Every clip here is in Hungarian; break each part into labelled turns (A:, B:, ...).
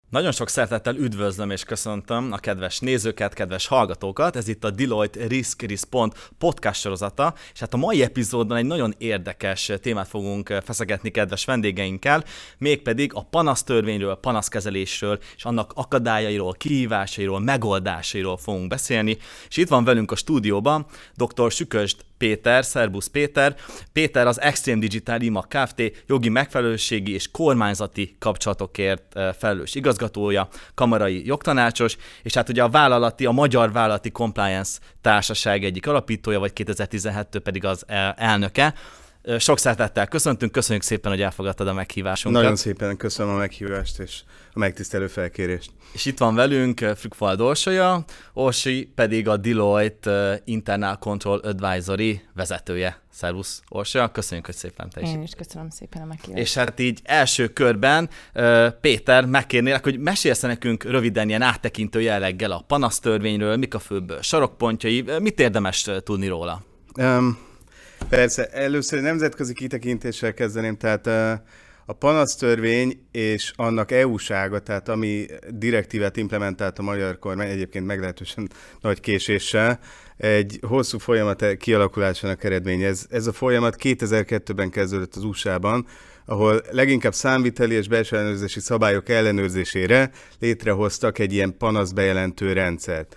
A: Nagyon sok szeretettel üdvözlöm és köszöntöm a kedves nézőket, kedves hallgatókat. Ez itt a Deloitte Risk Response podcast sorozata, és hát a mai epizódban egy nagyon érdekes témát fogunk feszegetni kedves vendégeinkkel, mégpedig a panasztörvényről, panaszkezelésről és annak akadályairól, kihívásairól, megoldásairól fogunk beszélni. És itt van velünk a stúdióban dr. Sükösd Péter, szerbusz Péter. Péter az Extreme Digital IMA Kft. Jogi megfelelőségi és kormányzati kapcsolatokért felelős igazgatója, kamarai jogtanácsos, és hát ugye a Magyar Vállalati Compliance Társaság egyik alapítója, vagy 2017-től pedig az elnöke. Sok szeretettel köszönjük szépen, hogy elfogadtad a meghívásunkat.
B: Nagyon szépen köszönöm a meghívást és a megtisztelő felkérést.
A: És itt van velünk Frükfald Orsolya, Orsi pedig a Deloitte Internal Control Advisory vezetője. Szervusz Orsolya, köszönjük, hogy szépen te is.
C: Én is köszönöm szépen a meghívást.
A: És hát így első körben, Péter, megkérnélek, hogy mesélsz nekünk röviden ilyen áttekintő jelleggel a panasztörvényről, mik a főbb sarokpontjai, mit érdemes tudni róla?
B: Persze, először nemzetközi kitekintéssel kezdeném, tehát a panasztörvény és annak EU-sága, tehát ami direktívát implementált a magyar kormány, egyébként meglehetősen nagy késéssel, egy hosszú folyamat kialakulásának eredménye. Ez a folyamat 2002-ben kezdődött az USA-ban, ahol leginkább számviteli és belső ellenőrzési szabályok ellenőrzésére létrehoztak egy ilyen panaszbejelentő rendszert.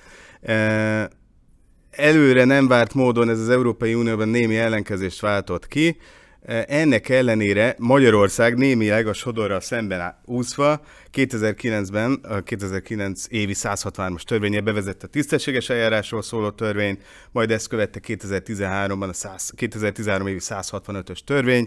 B: Előre nem várt módon ez az Európai Unióban némi ellenkezést váltott ki, ennek ellenére Magyarország némileg a sodorral szemben úszva 2009-ben, a 2009 évi 163-as törvénye bevezette a tisztességes eljárásról szóló törvényt, majd ezt követte 2013-ban a 2013 évi 165-ös törvény,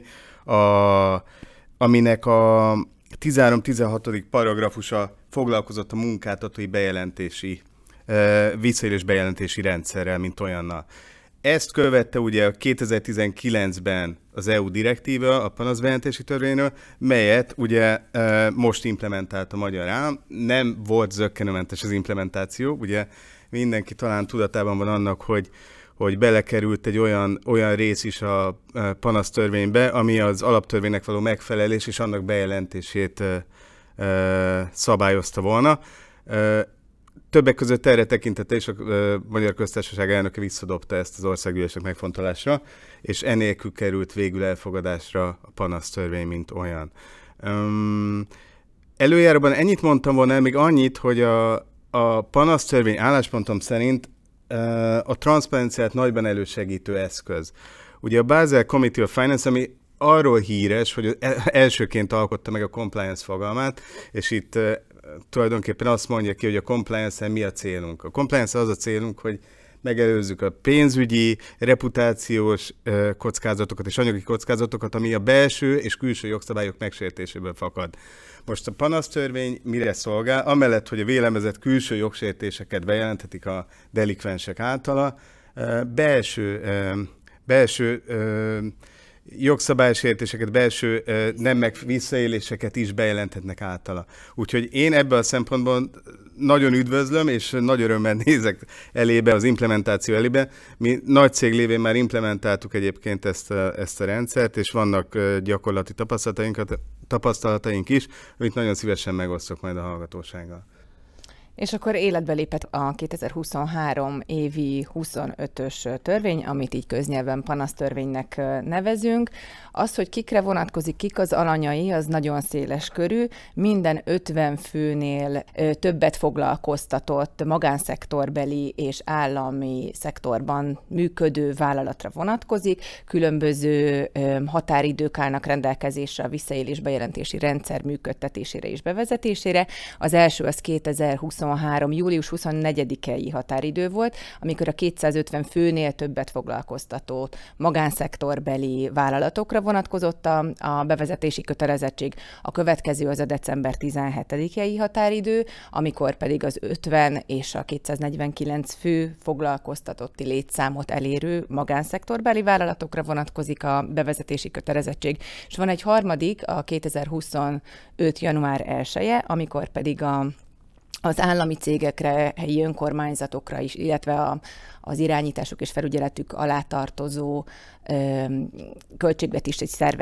B: aminek a 13-16. paragrafusa foglalkozott a munkáltatói bejelentési visszaélés bejelentési rendszerrel, mint olyannal. Ezt követte ugye 2019-ben az EU direktíva a panaszbejelentési törvényről, melyet ugye most implementált a magyar állam. Nem volt zökkenőmentes az implementáció, ugye mindenki talán tudatában van annak, hogy belekerült egy olyan rész is a panasztörvénybe, ami az alaptörvénynek való megfelelés és annak bejelentését szabályozta volna. Többek között erre tekintette, és a Magyar Köztársaság elnöke visszadobta ezt az országgyűlésnek megfontolásra, és enélkül került végül elfogadásra a panasztörvény, mint olyan. Előjáróban ennyit mondtam volna, még annyit, hogy a panasztörvény álláspontom szerint a transzparenciát nagyban elősegítő eszköz. Ugye a Basel Committee of Finance, ami arról híres, hogy elsőként alkotta meg a compliance fogalmát, és itt tulajdonképpen azt mondja ki, hogy a compliance-en mi a célunk. A compliance az a célunk, hogy megelőzzük a pénzügyi, reputációs kockázatokat és anyagi kockázatokat, ami a belső és külső jogszabályok megsértéséből fakad. Most a panasztörvény mire szolgál? Amellett, hogy a vélemezett külső jogsértéseket bejelenthetik a delikvensek általa, belső jogszabálysértéseket, belső nem visszaéléseket is bejelenthetnek általa. Úgyhogy én ebből a szempontból nagyon üdvözlöm, és nagy örömmel nézek elébe, az implementáció elébe. Mi nagy cég lévén már implementáltuk egyébként ezt a rendszert, és vannak gyakorlati tapasztalataink is, amit nagyon szívesen megosztok majd a hallgatósággal.
C: És akkor életbe lépett a 2023 évi 25-ös törvény, amit így köznyelven panasztörvénynek nevezünk. Az, hogy kikre vonatkozik, kik az alanyai, az nagyon széles körű. Minden 50 főnél többet foglalkoztatott magánszektorbeli és állami szektorban működő vállalatra vonatkozik. Különböző határidők állnak rendelkezésre a visszaélés bejelentési rendszer működtetésére és bevezetésére. Az első az 2023. július 24-i határidő volt, amikor a 250 főnél többet foglalkoztató magánszektorbeli vállalatokra vonatkozott a bevezetési kötelezettség. A következő az a december 17-i határidő, amikor pedig az 50 és a 249 fő foglalkoztatotti létszámot elérő magánszektorbeli vállalatokra vonatkozik a bevezetési kötelezettség. És van egy harmadik, a 2025. január 1-je, amikor pedig az állami cégekre, helyi önkormányzatokra is, illetve az irányításuk és felügyeletük alá tartozó költségvetési szervek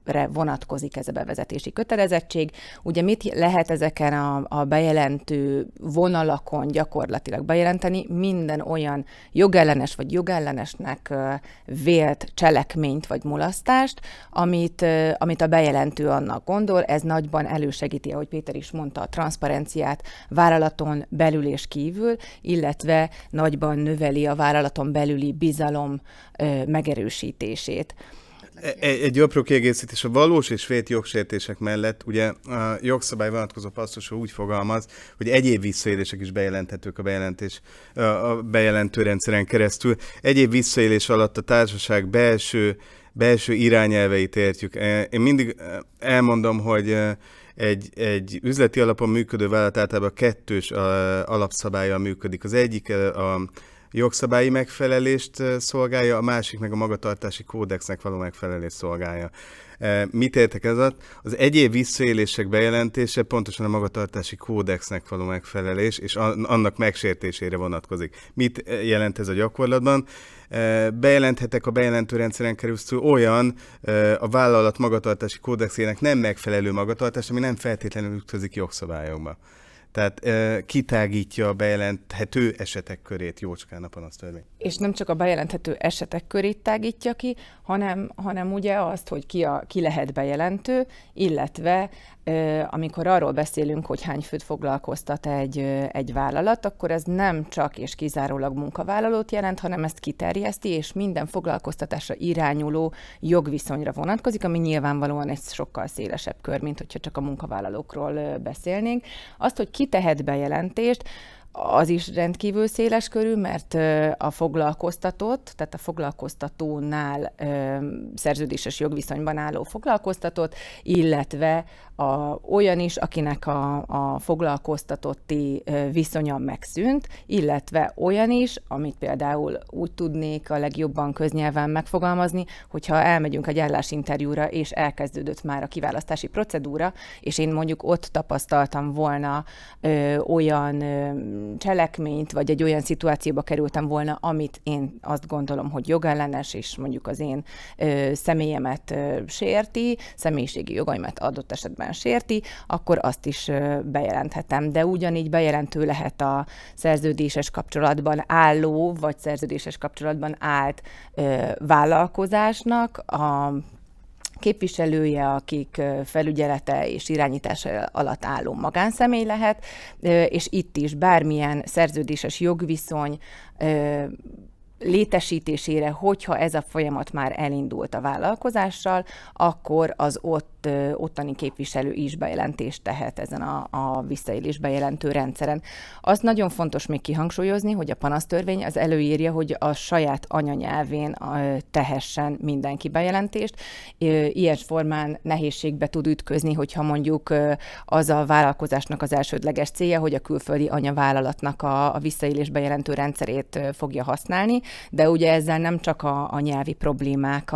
C: vonatkozik ez a bevezetési kötelezettség. Ugye mit lehet ezeken a bejelentő vonalakon gyakorlatilag bejelenteni? Minden olyan jogellenes vagy jogellenesnek vélt cselekményt vagy mulasztást, amit a bejelentő annak gondol. Ez nagyban elősegíti, ahogy Péter is mondta, a transzparenciát vállalaton belül és kívül, illetve nagyban növeli a vállalaton belüli bizalom megerősítését.
B: Egy apró kiegészítés, a valós és vélt jogsértések mellett ugye a jogszabály vonatkozó passzusa úgy fogalmaz, hogy egyéb visszaélések is bejelenthetők a bejelentő rendszeren keresztül. Egyéb visszaélés alatt a társaság belső irányelveit értjük. Én mindig elmondom, hogy egy üzleti alapon működő vállalat általában kettős alapszabállyal működik. Az egyik a jogszabályi megfelelést szolgálja, a másik meg a magatartási kódexnek való megfelelést szolgálja. Mit értek ez alatt? Az egyéb visszaélések bejelentése pontosan a magatartási kódexnek való megfelelés, és annak megsértésére vonatkozik. Mit jelent ez a gyakorlatban? Bejelenthetek a bejelentő rendszeren keresztül olyan a vállalat magatartási kódexének nem megfelelő magatartást, ami nem feltétlenül ütközik jogszabályokba. Tehát kitágítja a bejelenthető esetek körét jócskán a panasztörvény.
C: És nem csak a bejelenthető esetek körét tágítja ki, hanem ugye azt, hogy ki lehet bejelentő, illetve amikor arról beszélünk, hogy hány főt foglalkoztat egy vállalat, akkor ez nem csak és kizárólag munkavállalót jelent, hanem ezt kiterjeszti, és minden foglalkoztatásra irányuló jogviszonyra vonatkozik, ami nyilvánvalóan egy sokkal szélesebb kör, mint hogyha csak a munkavállalókról beszélnénk. Azt, hogy ki tehet bejelentést, az is rendkívül széles körű, mert a foglalkoztatott, tehát a foglalkoztatónál szerződéses jogviszonyban álló foglalkoztatott, illetve olyan is, akinek a foglalkoztatotti viszonya megszűnt, illetve olyan is, amit például úgy tudnék a legjobban köznyelven megfogalmazni, hogyha elmegyünk egy állásinterjúra, és elkezdődött már a kiválasztási procedúra, és én mondjuk ott tapasztaltam volna olyan cselekményt, vagy egy olyan szituációba kerültem volna, amit én azt gondolom, hogy jogellenes, és mondjuk az én személyemet sérti, személyiségi jogaimat adott esetben sérti, akkor azt is bejelenthetem. De ugyanígy bejelentő lehet a szerződéses kapcsolatban álló, vagy szerződéses kapcsolatban állt vállalkozásnak a képviselője, akik felügyelete és irányítása alatt álló magánszemély lehet, és itt is bármilyen szerződéses jogviszony létesítésére, hogyha ez a folyamat már elindult a vállalkozással, akkor az ottani képviselő is bejelentést tehet ezen a visszaélés bejelentő rendszeren. Az nagyon fontos még kihangsúlyozni, hogy a panasztörvény az előírja, hogy a saját anyanyelvén tehessen mindenki bejelentést. Ilyen formán nehézségbe tud ütközni, hogyha mondjuk az a vállalkozásnak az elsődleges célja, hogy a külföldi anyavállalatnak a visszaélés bejelentő rendszerét fogja használni, de ugye ezzel nem csak a nyelvi problémák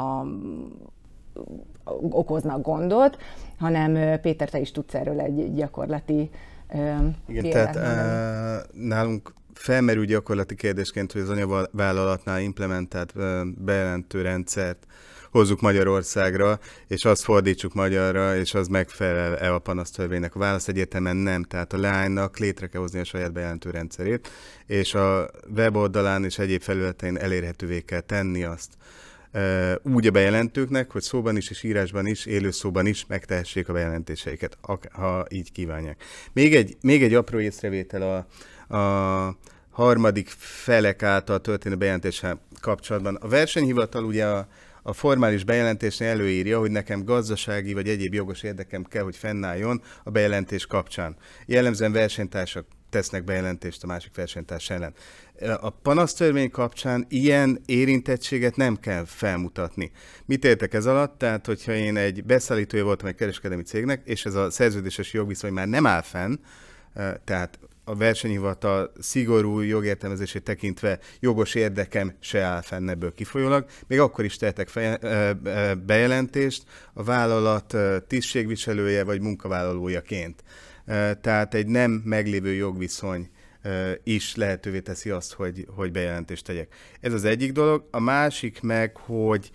C: okoznak gondot, hanem Péter, te is tudsz erről egy gyakorlati
B: Igen, tehát nálunk felmerül gyakorlati kérdésként, hogy az anyavállalatnál implementált bejelentő rendszert hozzuk Magyarországra, és azt fordítsuk magyarra, és az megfelel-e a panasztörvénynek. A válasz egyértelműen nem, tehát a leánynak létre kell hozni a saját bejelentő rendszerét, és a weboldalán és egyéb felületein elérhetővé kell tenni azt úgy a bejelentőknek, hogy szóban is és írásban is, élőszóban is megtehessék a bejelentéseiket, ha így kívánják. Még egy apró észrevétel a harmadik felek által történő bejelentéssel kapcsolatban. A versenyhivatal ugye a formális bejelentésnél előírja, hogy nekem gazdasági vagy egyéb jogos érdekem kell, hogy fennálljon a bejelentés kapcsán. Jellemzően versenytársak tesznek bejelentést a másik versenytárs ellen. A panasztörvény kapcsán ilyen érintettséget nem kell felmutatni. Mit értek ez alatt? Tehát, hogyha én egy beszállítója voltam egy kereskedelmi cégnek, és ez a szerződéses jogviszony már nem áll fenn, tehát a versenyhivatal szigorú jogértelmezését tekintve jogos érdekem se áll fenn ebből kifolyólag, még akkor is tehetek bejelentést a vállalat tisztségviselője vagy munkavállalójaként. Tehát egy nem meglévő jogviszony is lehetővé teszi azt, hogy bejelentést tegyek. Ez az egyik dolog. A másik meg, hogy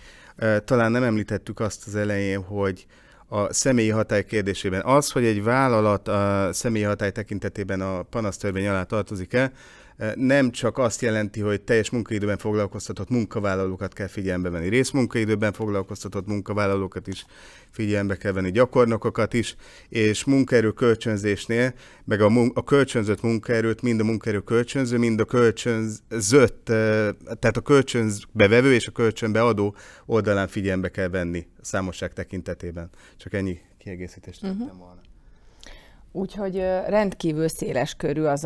B: talán nem említettük azt az elején, hogy a személyi hatály kérdésében az, hogy egy vállalat a személyi hatály tekintetében a panasztörvény alá tartozik-e, nem csak azt jelenti, hogy teljes munkaidőben foglalkoztatott munkavállalókat kell figyelembe venni, részmunkaidőben foglalkoztatott munkavállalókat is figyelembe kell venni, gyakornokokat is, és munkaerő kölcsönzésnél, meg a kölcsönzött munkaerőt mind a munkaerő kölcsönző, mind a kölcsönzött, tehát a kölcsönbevevő és a kölcsönbeadó oldalán figyelembe kell venni a számosság tekintetében. Csak ennyi kiegészítést tettem volna.
C: Úgyhogy rendkívül széles körű az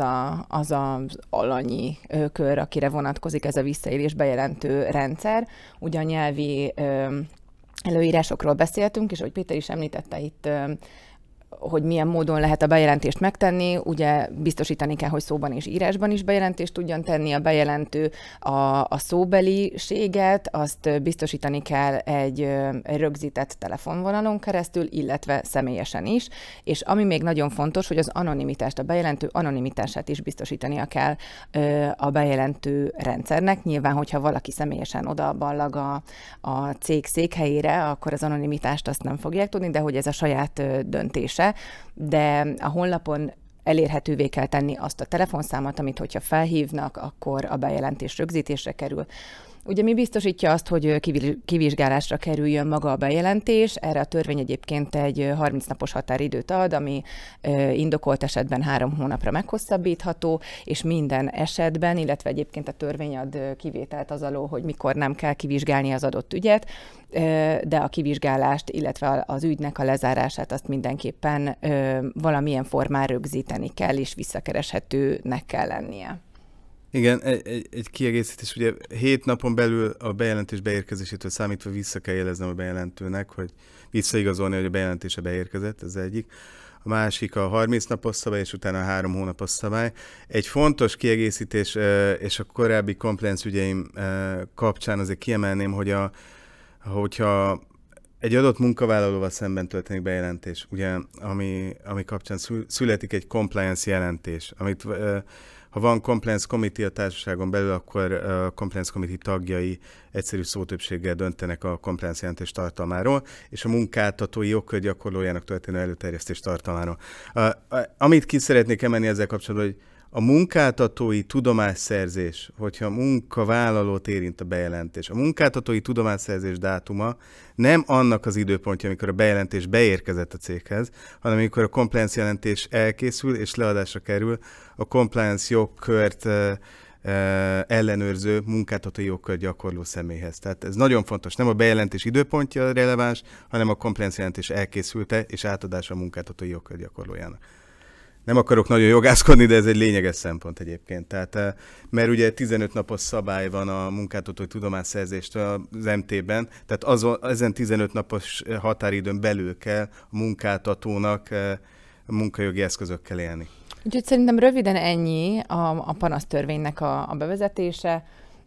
C: alanyi kör, akire vonatkozik ez a visszaélés bejelentő rendszer. Ugye a nyelvi előírásokról beszéltünk, és ahogy Péter is említette itt, hogy milyen módon lehet a bejelentést megtenni. Ugye biztosítani kell, hogy szóban és írásban is bejelentést tudjon tenni a bejelentő. A szóbeliséget, azt biztosítani kell egy rögzített telefonvonalon keresztül, illetve személyesen is. És ami még nagyon fontos, hogy az anonimitást, a bejelentő anonimitását is biztosítania kell a bejelentő rendszernek. Nyilván, hogyha valaki személyesen odaballag a cég székhelyére, akkor az anonimitást azt nem fogják tudni, de hogy ez a saját döntése. De a honlapon elérhetővé kell tenni azt a telefonszámot, amit hogyha felhívnak, akkor a bejelentés rögzítésre kerül. Ugye mi biztosítja azt, hogy kivizsgálásra kerüljön maga a bejelentés, erre a törvény egyébként egy 30 napos határidőt ad, ami indokolt esetben 3 hónapra meghosszabbítható, és minden esetben, illetve egyébként a törvény ad kivételt az alól, hogy mikor nem kell kivizsgálni az adott ügyet, de a kivizsgálást, illetve az ügynek a lezárását azt mindenképpen valamilyen formán rögzíteni kell, és visszakereshetőnek kell lennie.
B: Igen, egy kiegészítés, ugye 7 napon belül a bejelentés beérkezésétől számítva vissza kell jeleznem a bejelentőnek, hogy visszaigazolni, hogy a bejelentése beérkezett, ez egyik. A másik a 30 napos szabály, és utána a 3 hónapos szabály. Egy fontos kiegészítés, és a korábbi compliance ügyeim kapcsán azért kiemelném, hogyha egy adott munkavállalóval szemben történik bejelentés, ugye, ami kapcsán születik egy compliance jelentés, amit ha van compliance committee a társaságon belül, akkor a compliance committee tagjai egyszerű szótöbbséggel döntenek a compliance jelentés tartalmáról, és a munkáltatói jogkör gyakorlójának történő előterjesztés tartalmáról. Amit ki szeretnék emelni ezzel kapcsolatban, hogy a munkáltatói tudomásszerzés, hogyha a munkavállalót érint a bejelentés, a munkáltatói tudomásszerzés dátuma nem annak az időpontja, amikor a bejelentés beérkezett a céghez, hanem amikor a compliance jelentés elkészül és leadásra kerül a compliance jogkört ellenőrző munkáltatói jogkör gyakorló személyhez. Tehát ez nagyon fontos. Nem a bejelentés időpontja releváns, hanem a compliance jelentés elkészülte és átadása a munkáltatói jogkör gyakorlójának. Nem akarok nagyon jogászkodni, de ez egy lényeges szempont egyébként. Tehát, mert ugye 15 napos szabály van a munkáltatói tudomásszerzést az MT-ben, tehát ezen 15 napos határidőn belül kell a munkáltatónak munkajogi eszközökkel élni.
C: Úgyhogy szerintem röviden ennyi a panasztörvénynek a bevezetése,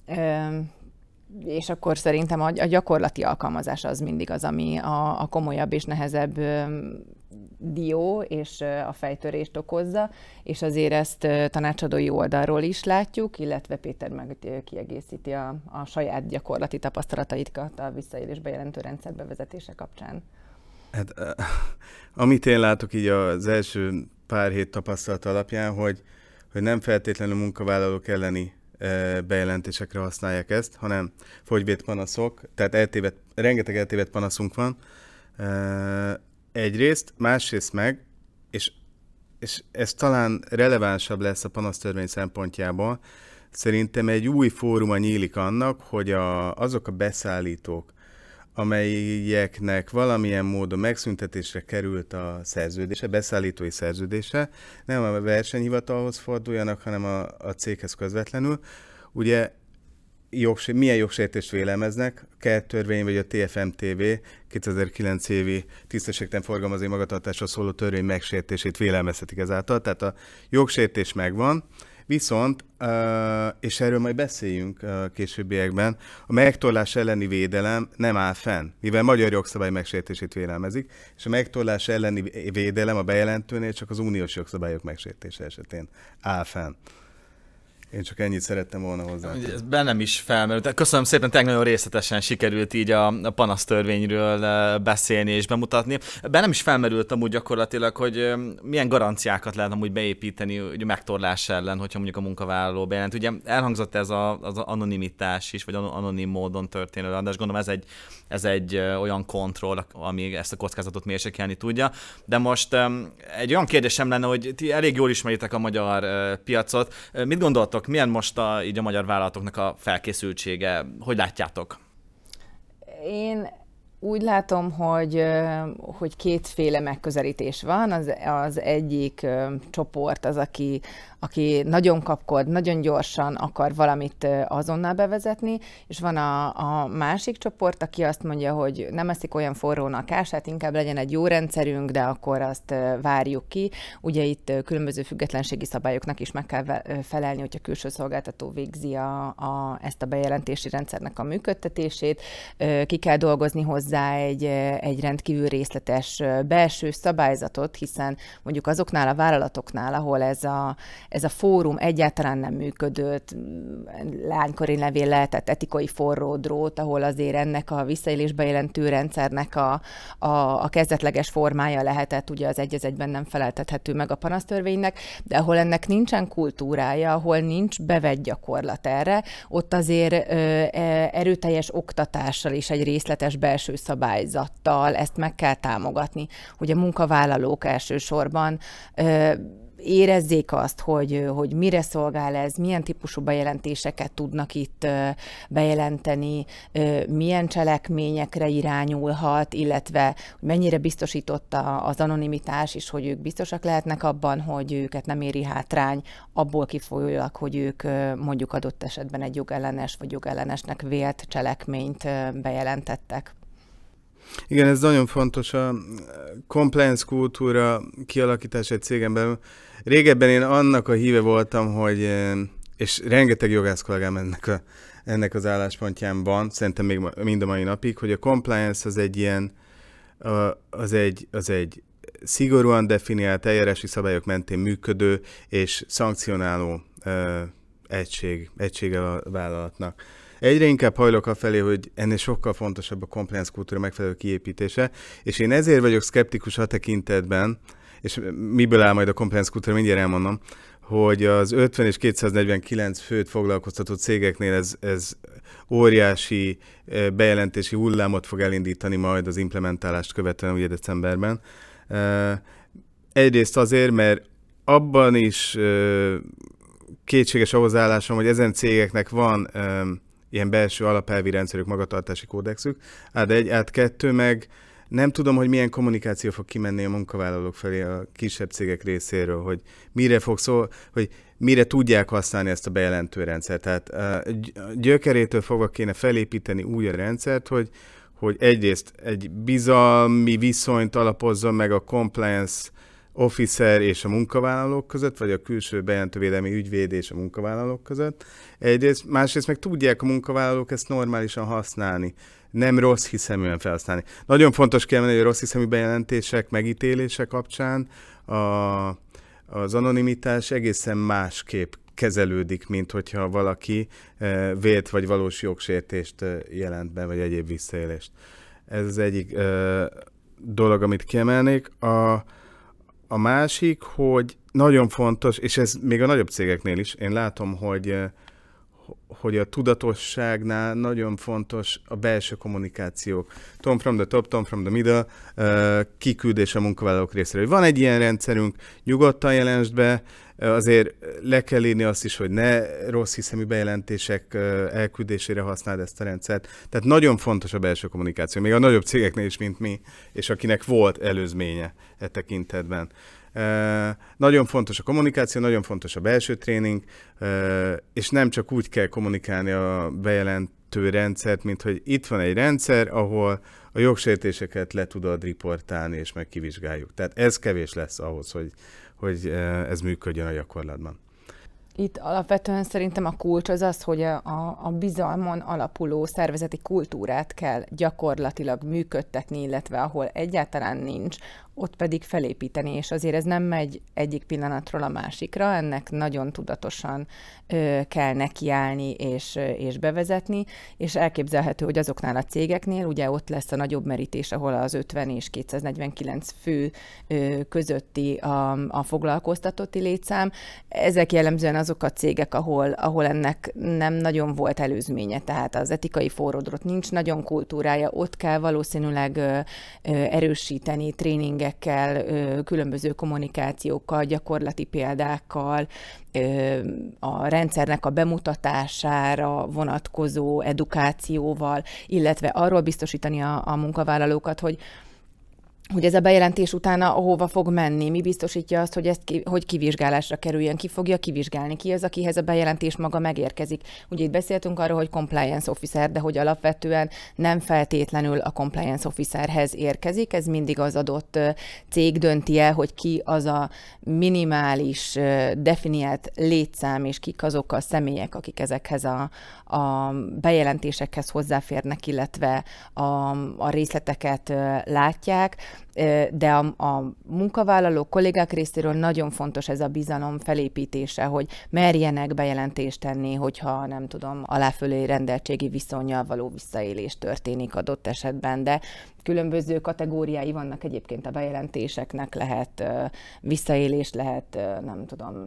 C: és akkor szerintem a gyakorlati alkalmazás az mindig az, ami a komolyabb és nehezebb dió és a fejtörést okozza, és azért ezt tanácsadói oldalról is látjuk, illetve Péter meg kiegészíti a saját gyakorlati tapasztalataikat a visszaélés bejelentő rendszer bevezetése kapcsán.
B: Hát, amit én látok így az első pár hét tapasztalat alapján, hogy nem feltétlenül munkavállalók elleni bejelentésekre használják ezt, hanem fogyvédpanaszok, tehát rengeteg eltévedt panaszunk van egyrészt, másrészt meg, és ez talán relevánsabb lesz a panasztörvény szempontjából, szerintem egy új fóruma nyílik annak, hogy azok a beszállítók, amelyeknek valamilyen módon megszüntetésre került a szerződése, beszállítói szerződése, nem a versenyhivatalhoz forduljanak, hanem a céghez közvetlenül. Ugye milyen jogsértést vélelmeznek? A KERT törvény vagy a TFMTV 2009 évi tisztességtelen forgalmazási magatartásról szóló törvény megsértését vélelmezhetik ezáltal. Tehát a jogsértés megvan, viszont, és erről majd beszéljünk a későbbiekben, a megtorlás elleni védelem nem áll fenn, mivel magyar jogszabály megsértését vélelmezik, és a megtorlás elleni védelem a bejelentőnél csak az uniós jogszabályok megsértése esetén áll fenn. Én csak ennyit szerettem volna hozzá.
A: Ez bennem is felmerült. Köszönöm szépen, tényleg nagyon részletesen sikerült így a panasztörvényről beszélni és bemutatni. Bennem is felmerült amúgy gyakorlatilag, hogy milyen garanciákat lehet amúgy beépíteni ugye megtorlás ellen, hogyha mondjuk a munkavállaló bejelent. Ugye elhangzott ez az anonimitás is, vagy anonim módon történő leadás. Gondolom ez egy olyan kontroll, ami ezt a kockázatot mérsékelni tudja. De most egy olyan kérdésem lenne, hogy ti elég jól ismeritek a magyar piacot. Mit gondoltok, milyen most így a magyar vállalatoknak a felkészültsége? Hogy látjátok?
C: Én úgy látom, hogy kétféle megközelítés van. Az egyik csoport az, aki nagyon kapkod, nagyon gyorsan akar valamit azonnal bevezetni, és van a másik csoport, aki azt mondja, hogy nem eszik olyan forrón a kását, inkább legyen egy jó rendszerünk, de akkor azt várjuk ki. Ugye itt különböző függetlenségi szabályoknak is meg kell felelni, hogyha külső szolgáltató végzi ezt a bejelentési rendszernek a működtetését. Ki kell dolgozni hozzá egy rendkívül részletes belső szabályzatot, hiszen mondjuk azoknál a vállalatoknál, ahol ez a fórum egyáltalán nem működött, lánykori levél lehetett etikai forró drót, ahol azért ennek a visszaélésbe jelentő rendszernek a kezdetleges formája lehetett, ugye az egy az egyben nem feleltethető meg a panasztörvénynek, de ahol ennek nincsen kultúrája, ahol nincs bevett gyakorlat erre, ott azért erőteljes oktatással és egy részletes belső szabályzattal ezt meg kell támogatni, hogy a munkavállalók elsősorban érezzék azt, hogy mire szolgál ez, milyen típusú bejelentéseket tudnak itt bejelenteni, milyen cselekményekre irányulhat, illetve mennyire biztosított az anonimitás is, hogy ők biztosak lehetnek abban, hogy őket nem éri hátrány, abból kifolyólag, hogy ők mondjuk adott esetben egy jogellenes vagy jogellenesnek vélt cselekményt bejelentettek.
B: Igen, ez nagyon fontos, a compliance kultúra kialakítása egy cégen belül. Régebben én annak a híve voltam, hogy, és rengeteg jogász kollégám ennek az álláspontján van, szerintem még mind a mai napig, hogy a compliance az egy ilyen, az egy szigorúan definiált eljárási szabályok mentén működő és szankcionáló egysége a vállalatnak. Egyre inkább hajlok afelé, hogy ennél sokkal fontosabb a compliance kultúra megfelelő kiépítése, és én ezért vagyok szkeptikus a tekintetben, és miből áll majd a compliance kultúra, mindjárt elmondom, hogy az 50 és 249 főt foglalkoztató cégeknél ez óriási bejelentési hullámot fog elindítani majd az implementálást követően, ugye decemberben. Egyrészt azért, mert abban is kétséges a hozzáállásom, hogy ezen cégeknek van ilyen belső alapelvi rendszerük, magatartási kódexük, át kettő meg nem tudom, hogy milyen kommunikáció fog kimenni a munkavállalók felé a kisebb cégek részéről, hogy mire tudják használni ezt a bejelentő rendszert. Tehát gyökerétől fogva kéne felépíteni új a rendszert, hogy egyrészt egy bizalmi viszonyt alapozzon meg a compliance officer és a munkavállalók között, vagy a külső bejelentővédelmi ügyvéd és a munkavállalók között. Egyrészt, másrészt meg tudják a munkavállalók ezt normálisan használni, nem rossz hiszeműen felhasználni. Nagyon fontos kiemelni, hogy a rossz hiszemű bejelentések megítélése kapcsán az anonimitás egészen másképp kezelődik, mint hogyha valaki vélt vagy valós jogsértést jelent be, vagy egyéb visszaélést. Ez az egyik dolog, amit kiemelnék. A másik, hogy nagyon fontos, és ez még a nagyobb cégeknél is, én látom, hogy a tudatosságnál nagyon fontos a belső kommunikációk. Tom from the top, tom from the middle, kiküldés a munkavállalók részéről. Van egy ilyen rendszerünk, nyugodtan jelensd be, azért le kell írni azt is, hogy ne rossz hiszemű bejelentések elküldésére használd ezt a rendszert. Tehát nagyon fontos a belső kommunikáció, még a nagyobb cégeknél is, mint mi, és akinek volt előzménye e tekintetben. Nagyon fontos a kommunikáció, nagyon fontos a belső tréning, és nem csak úgy kell kommunikálni a bejelentő rendszert, mint hogy itt van egy rendszer, ahol a jogsértéseket le tudod riportálni, és meg kivizsgáljuk. Tehát ez kevés lesz ahhoz, hogy ez működjön a gyakorlatban.
C: Itt alapvetően szerintem a kulcs az, hogy a bizalmon alapuló szervezeti kultúrát kell gyakorlatilag működtetni, illetve ahol egyáltalán nincs, ott pedig felépíteni, és azért ez nem megy egyik pillanatról a másikra, ennek nagyon tudatosan kell nekiállni és bevezetni, és elképzelhető, hogy azoknál a cégeknél ugye ott lesz a nagyobb merítés, ahol az 50 és 249 fő közötti a foglalkoztatotti létszám. Ezek jellemzően azok a cégek, ahol ennek nem nagyon volt előzménye, tehát az etikai forródrot nincs nagyon kultúrája, ott kell valószínűleg erősíteni tréningekkel, különböző kommunikációkkal, gyakorlati példákkal, a rendszernek a bemutatására vonatkozó edukációval, illetve arról biztosítani a munkavállalókat, hogy ez a bejelentés utána hova fog menni, mi biztosítja azt, hogy kivizsgálásra kerüljön, ki fogja kivizsgálni, ki az, akihez a bejelentés maga megérkezik. Ugye itt beszéltünk arról, hogy compliance officer, de hogy alapvetően nem feltétlenül a compliance officerhez érkezik, ez mindig az adott cég dönti el, hogy ki az a minimális definiált létszám, és kik azok a személyek, akik ezekhez a bejelentésekhez hozzáférnek, illetve a részleteket látják, de a munkavállalók, kollégák részéről nagyon fontos ez a bizalom felépítése, hogy merjenek bejelentést tenni, hogyha nem tudom, aláfölé rendeltségi viszonnyal való visszaélés történik adott esetben, de különböző kategóriái vannak egyébként a bejelentéseknek, lehet visszaélés, lehet nem tudom,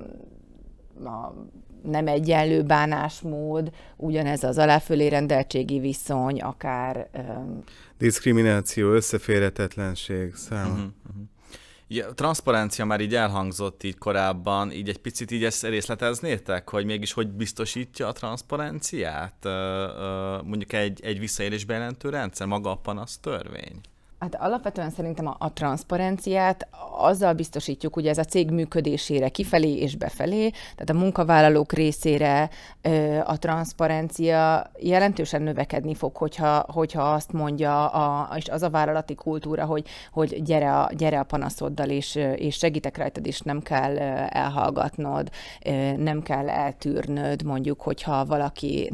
C: nem egyenlő bánásmód, ugyanez az aláfölé rendeltségi viszony, akár...
B: Diszkrimináció, összeférhetetlenség száma.
A: Ja, transzparencia már így elhangzott így korábban, így egy picit így ezt részleteznétek, hogy mégis hogy biztosítja a transzparenciát? Mondjuk egy visszaélés bejelentő rendszer, maga a panasztörvény?
C: Hát alapvetően szerintem a transzparenciát azzal biztosítjuk, ugye ez a cég működésére kifelé és befelé, tehát a munkavállalók részére a transzparencia jelentősen növekedni fog, hogyha azt mondja, és az a vállalati kultúra, hogy gyere a panaszoddal, és segítek rajtad, és nem kell elhallgatnod, nem kell eltűrnöd, mondjuk, hogyha valaki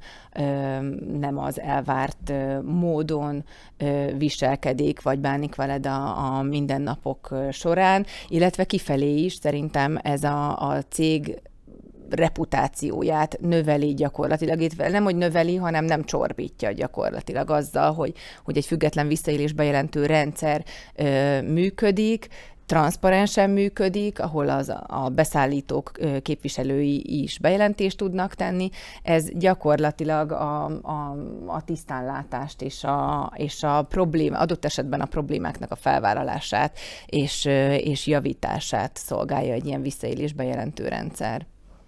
C: nem az elvárt módon viselkedik, vagy bánik veled a mindennapok során, illetve kifelé is szerintem ez a cég reputációját növeli gyakorlatilag. Itt nem, hogy növeli, hanem nem csorbítja gyakorlatilag azzal, hogy egy független visszaélés bejelentő rendszer működik, transzparensen működik, ahol a beszállítók képviselői is bejelentést tudnak tenni. Ez gyakorlatilag a tisztánlátást és a probléma, adott esetben a problémáknak a felvállalását és javítását szolgálja egy ilyen visszaélés bejelentő rendszer.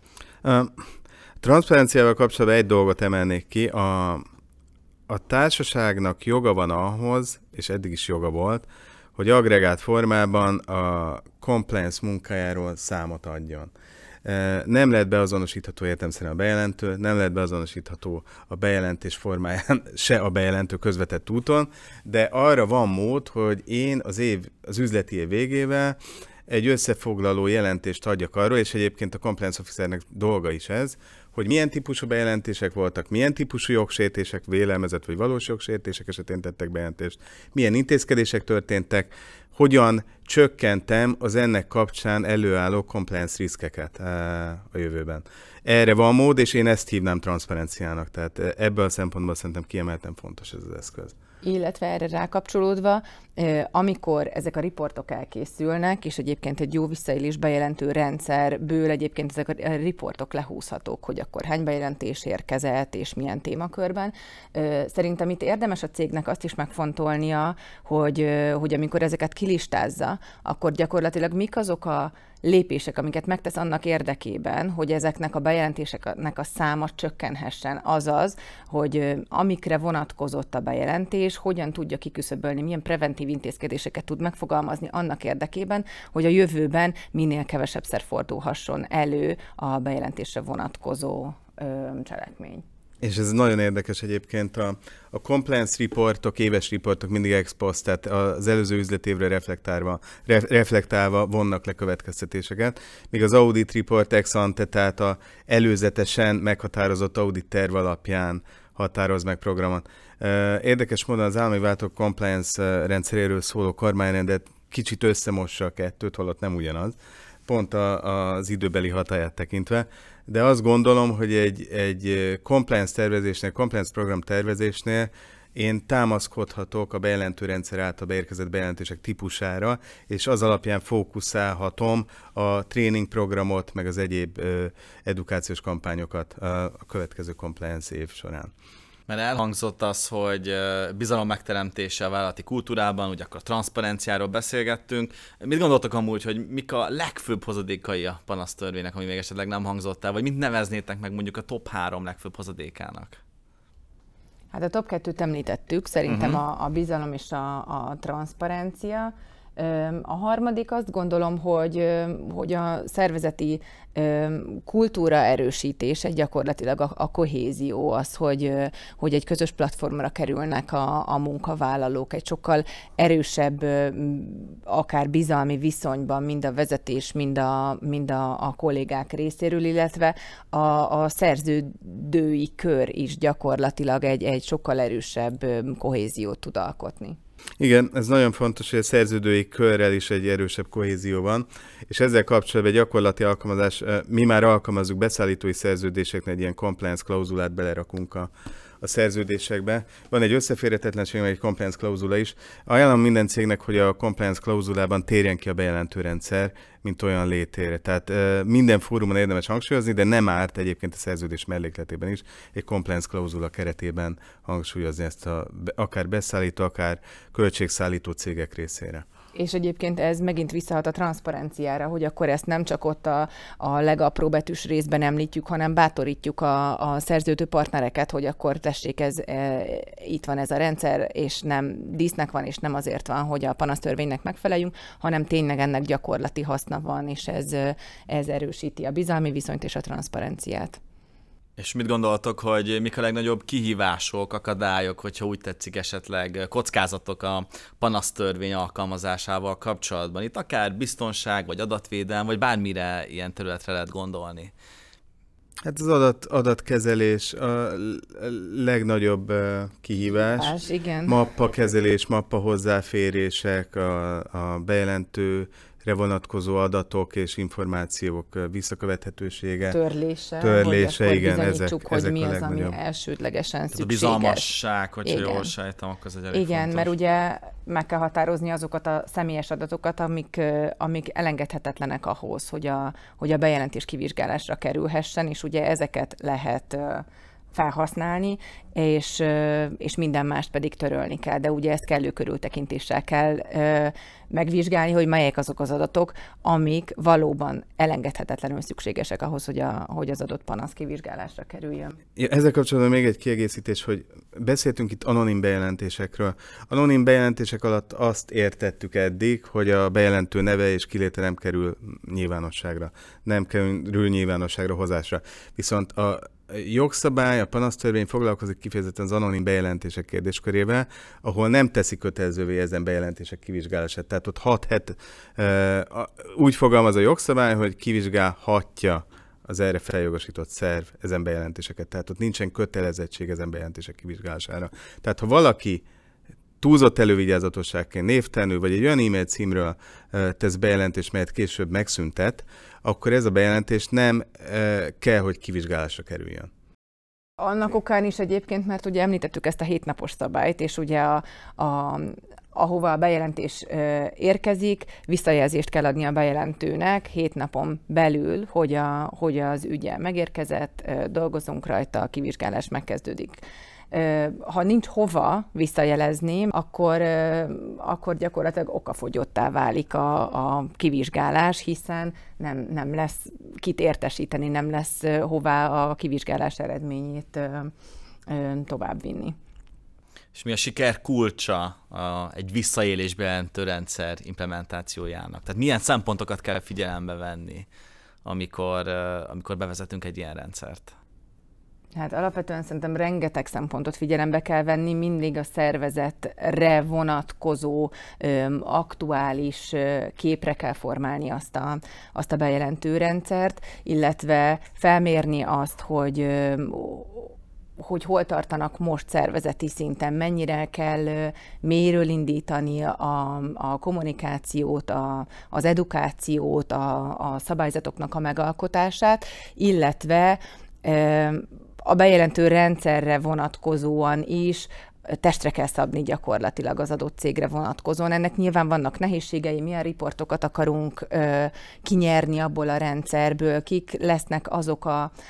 B: Transzparenciával kapcsolatban egy dolgot emelnék ki. A társaságnak joga van ahhoz, és eddig is joga volt, hogy agregált formában a compliance munkájáról számot adjon. Nem lehet beazonosítható értelemszerűen a bejelentő, nem lehet beazonosítható a bejelentés formáján se a bejelentő közvetett úton, de arra van mód, hogy én az üzleti év végével egy összefoglaló jelentést adjak arról, és egyébként a compliance officernek dolga is ez, hogy milyen típusú bejelentések voltak, milyen típusú jogsértések, vélelmezett vagy valós jogsértések esetén tettek bejelentést, milyen intézkedések történtek, hogyan csökkentem az ennek kapcsán előálló compliance riskeket a jövőben. Erre van mód, és én ezt hívnám transzparenciának, tehát ebből a szempontból szerintem kiemelten fontos ez az eszköz.
C: Illetve erre rákapcsolódva, amikor ezek a riportok elkészülnek, és egyébként egy jó visszaélés bejelentő rendszerből egyébként ezek a riportok lehúzhatók, hogy akkor hány bejelentés érkezett, és milyen témakörben. Szerintem itt érdemes a cégnek azt is megfontolnia, hogy amikor ezeket kilistázza, akkor gyakorlatilag mik azok a lépések, amiket megtesz annak érdekében, hogy ezeknek a bejelentéseknek a száma csökkenhessen. Azaz, hogy amikre vonatkozott a bejelentés, hogyan tudja kiküszöbölni, milyen preventív intézkedéseket tud megfogalmazni annak érdekében, hogy a jövőben minél kevesebbszer fordulhasson elő a bejelentésre vonatkozó cselekmény.
B: És ez nagyon érdekes egyébként, a compliance reportok, éves reportok mindig ex post, tehát az előző üzletévre reflektálva vonnak le következtetéseket, míg az audit report ex ante, tehát a előzetesen meghatározott audit terv alapján határoz meg programot. Érdekes módon az állami váltók compliance rendszeréről szóló kormányrendet kicsit összemossa a kettőt, holott nem ugyanaz, pont az időbeli hatáját tekintve, de azt gondolom, hogy egy compliance tervezésnél, compliance program tervezésnél én támaszkodhatok a bejelentő rendszer által beérkezett bejelentések típusára, és az alapján fókuszálhatom a tréning programot, meg az egyéb edukációs kampányokat a következő compliance év során.
A: Mert elhangzott az, hogy bizalom megteremtése a vállalati kultúrában, ugye akkor a transzparenciáról beszélgettünk. Mit gondoltok amúgy, hogy mik a legfőbb hozadékai a panasztörvénynek, ami még esetleg nem hangzott el, vagy mit neveznétek meg mondjuk a top 3 legfőbb hozadékának?
C: Hát a top 2-t említettük, szerintem a bizalom és a transzparencia. A harmadik azt gondolom, hogy a szervezeti kultúra erősítése, gyakorlatilag a kohézió, az, hogy egy közös platformra kerülnek a munkavállalók, egy sokkal erősebb, akár bizalmi viszonyban, mind a vezetés, mind a kollégák részéről, illetve a szerződői kör is gyakorlatilag egy sokkal erősebb kohéziót tud alkotni.
B: Igen, ez nagyon fontos, hogy a szerződői körrel is egy erősebb kohézió van, és ezzel kapcsolatban egy gyakorlati alkalmazás, mi már alkalmazzuk beszállítói szerződéseknél, egy ilyen compliance klauzulát belerakunk a szerződésekbe. Van egy összeférhetetlenség, meg egy compliance klauzula is. Ajánlom minden cégnek, hogy a compliance klauzulában térjen ki a bejelentőrendszer, mint olyan létére. Tehát minden fórumon érdemes hangsúlyozni, de nem árt egyébként a szerződés mellékletében is egy compliance klauzula keretében hangsúlyozni ezt akár beszállító, akár költségszállító cégek részére.
C: És egyébként ez megint visszahat a transzparenciára, hogy akkor ezt nem csak ott a legapróbb betűs részben említjük, hanem bátorítjuk a szerződő partnereket, hogy akkor tessék, itt van ez a rendszer, és nem dísznek van, és nem azért van, hogy a panasztörvénynek megfeleljünk, hanem tényleg ennek gyakorlati haszna van, és ez erősíti a bizalmi viszonyt és a transzparenciát.
A: És mit gondoltok, hogy mik a legnagyobb kihívások, akadályok, hogyha úgy tetszik esetleg kockázatok a panasztörvény alkalmazásával kapcsolatban? Itt akár biztonság, vagy adatvédelem, vagy bármire ilyen területre lehet gondolni.
B: Hát az adatkezelés a legnagyobb kihívás.
C: Igen.
B: Mappakezelés, mappa hozzáférések, a bejelentőre vonatkozó adatok és információk visszakövethetősége. Törlése, igen, ezek
C: hogy mi
B: a
C: az, ami
B: legnagyobb.
C: elsődlegesen szükséges.
A: A bizalmasság, hogyha jól sejtem, akkor ez egy elég
C: igen,
A: fontos.
C: mert ugye meg kell határozni azokat a személyes adatokat, amik elengedhetetlenek ahhoz, hogy a bejelentés kivizsgálásra kerülhessen, és ugye ezeket lehet felhasználni, és minden mást pedig törölni kell. De ugye ezt kellő körültekintéssel kell megvizsgálni, hogy melyek azok az adatok, amik valóban elengedhetetlenül szükségesek ahhoz, hogy az adott panasz kivizsgálásra kerüljön.
B: Ja, ezzel kapcsolatban még egy kiegészítés, hogy beszéltünk itt anonim bejelentésekről. Anonim bejelentések alatt azt értettük eddig, hogy a bejelentő neve és kiléte nem kerül nyilvánosságra, nem kerül nyilvánosságra hozásra. Viszont a jogszabály, a panasztörvény foglalkozik kifejezetten az anonim bejelentések kérdéskörével, ahol nem teszi kötelezővé ezen bejelentések kivizsgálását. Tehát ott úgy fogalmaz a jogszabály, hogy kivizsgálhatja az erre feljogosított szerv ezen bejelentéseket. Tehát ott nincsen kötelezettség ezen bejelentések kivizsgálására. Tehát ha valaki túlzott elővigyázatosságként névtelenül, vagy egy olyan e-mail címről tesz bejelentést, melyet később megszüntet, akkor ez a bejelentés nem kell, hogy kivizsgálásra kerüljön.
C: Annak okán is egyébként, mert ugye említettük ezt a 7 napos szabályt, és ugye ahova a bejelentés érkezik, visszajelzést kell adni a bejelentőnek 7 napon belül, hogy az ügye megérkezett, dolgozunk rajta, a kivizsgálás megkezdődik. Ha nincs hova visszajelezni, akkor gyakorlatilag okafogyottá válik a kivizsgálás, hiszen nem lesz kit értesíteni, nem lesz hová a kivizsgálás eredményét továbbvinni.
A: És mi a siker kulcsa egy visszaélésbe jelentő rendszer implementációjának? Tehát milyen szempontokat kell figyelembe venni, amikor bevezetünk egy ilyen rendszert?
C: Hát alapvetően szerintem rengeteg szempontot figyelembe kell venni, mindig a szervezetre vonatkozó, aktuális képre kell formálni azt a bejelentő rendszert, illetve felmérni azt, hogy hogy hol tartanak most szervezeti szinten, mennyire kell mélyről indítani a kommunikációt, az edukációt, a szabályzatoknak a megalkotását, illetve a bejelentő rendszerre vonatkozóan is testre kell szabni gyakorlatilag az adott cégre vonatkozóan. Ennek nyilván vannak nehézségei, milyen riportokat akarunk kinyerni abból a rendszerből, kik lesznek azok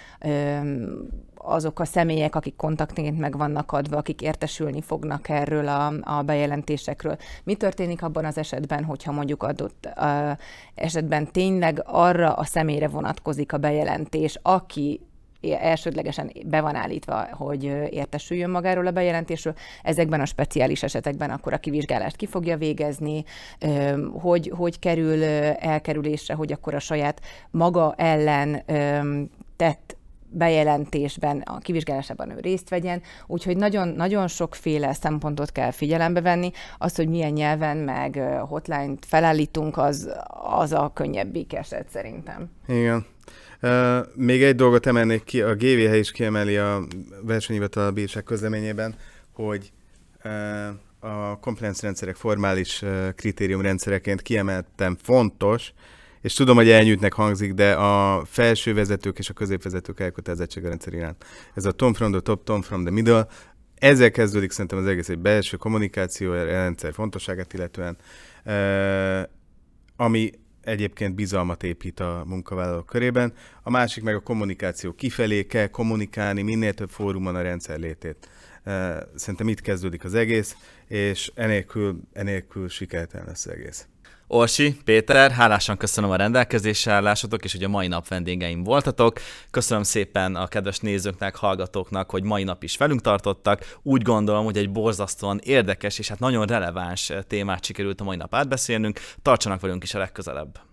C: a személyek, akik kontaktként meg vannak adva, akik értesülni fognak erről a bejelentésekről. Mi történik abban az esetben, hogyha mondjuk adott esetben tényleg arra a személyre vonatkozik a bejelentés, aki elsődlegesen be van állítva, hogy értesüljön magáról a bejelentésről. Ezekben a speciális esetekben akkor a kivizsgálást ki fogja végezni, hogy kerül elkerülésre, hogy akkor a saját maga ellen tett bejelentésben, a kivizsgálásában ő részt vegyen, úgyhogy nagyon, nagyon sokféle szempontot kell figyelembe venni. Az, hogy milyen nyelven meg hotline-t felállítunk, az a könnyebbik eset szerintem.
B: Igen. Még egy dolgot emelnék ki, a GVH is kiemeli a versenyhivatal bíróság közleményében, hogy a compliance rendszerek formális kritériumrendszereként kiemelten fontos, és tudom, hogy elnyűtnek hangzik, de a felső vezetők és a középvezetők elkötelezettség a rendszer iránt. Ez a Tom from the top, Tom from the middle. Ezzel kezdődik szerintem az egész egy belső kommunikáció rendszer fontosságát illetően, ami egyébként bizalmat épít a munkavállalók körében. A másik meg a kommunikáció. Kifelé kell kommunikálni minél több fórumon a rendszer létét. Szerintem itt kezdődik az egész, és enélkül sikertelen lesz az egész.
A: Orsi, Péter, hálásan köszönöm a rendelkezésre állásotok, és hogy a mai nap vendégeim voltatok. Köszönöm szépen a kedves nézőknek, hallgatóknak, hogy mai nap is velünk tartottak. Úgy gondolom, hogy egy borzasztóan érdekes és hát nagyon releváns témát sikerült a mai nap átbeszélnünk. Tartsanak velünk is a legközelebb.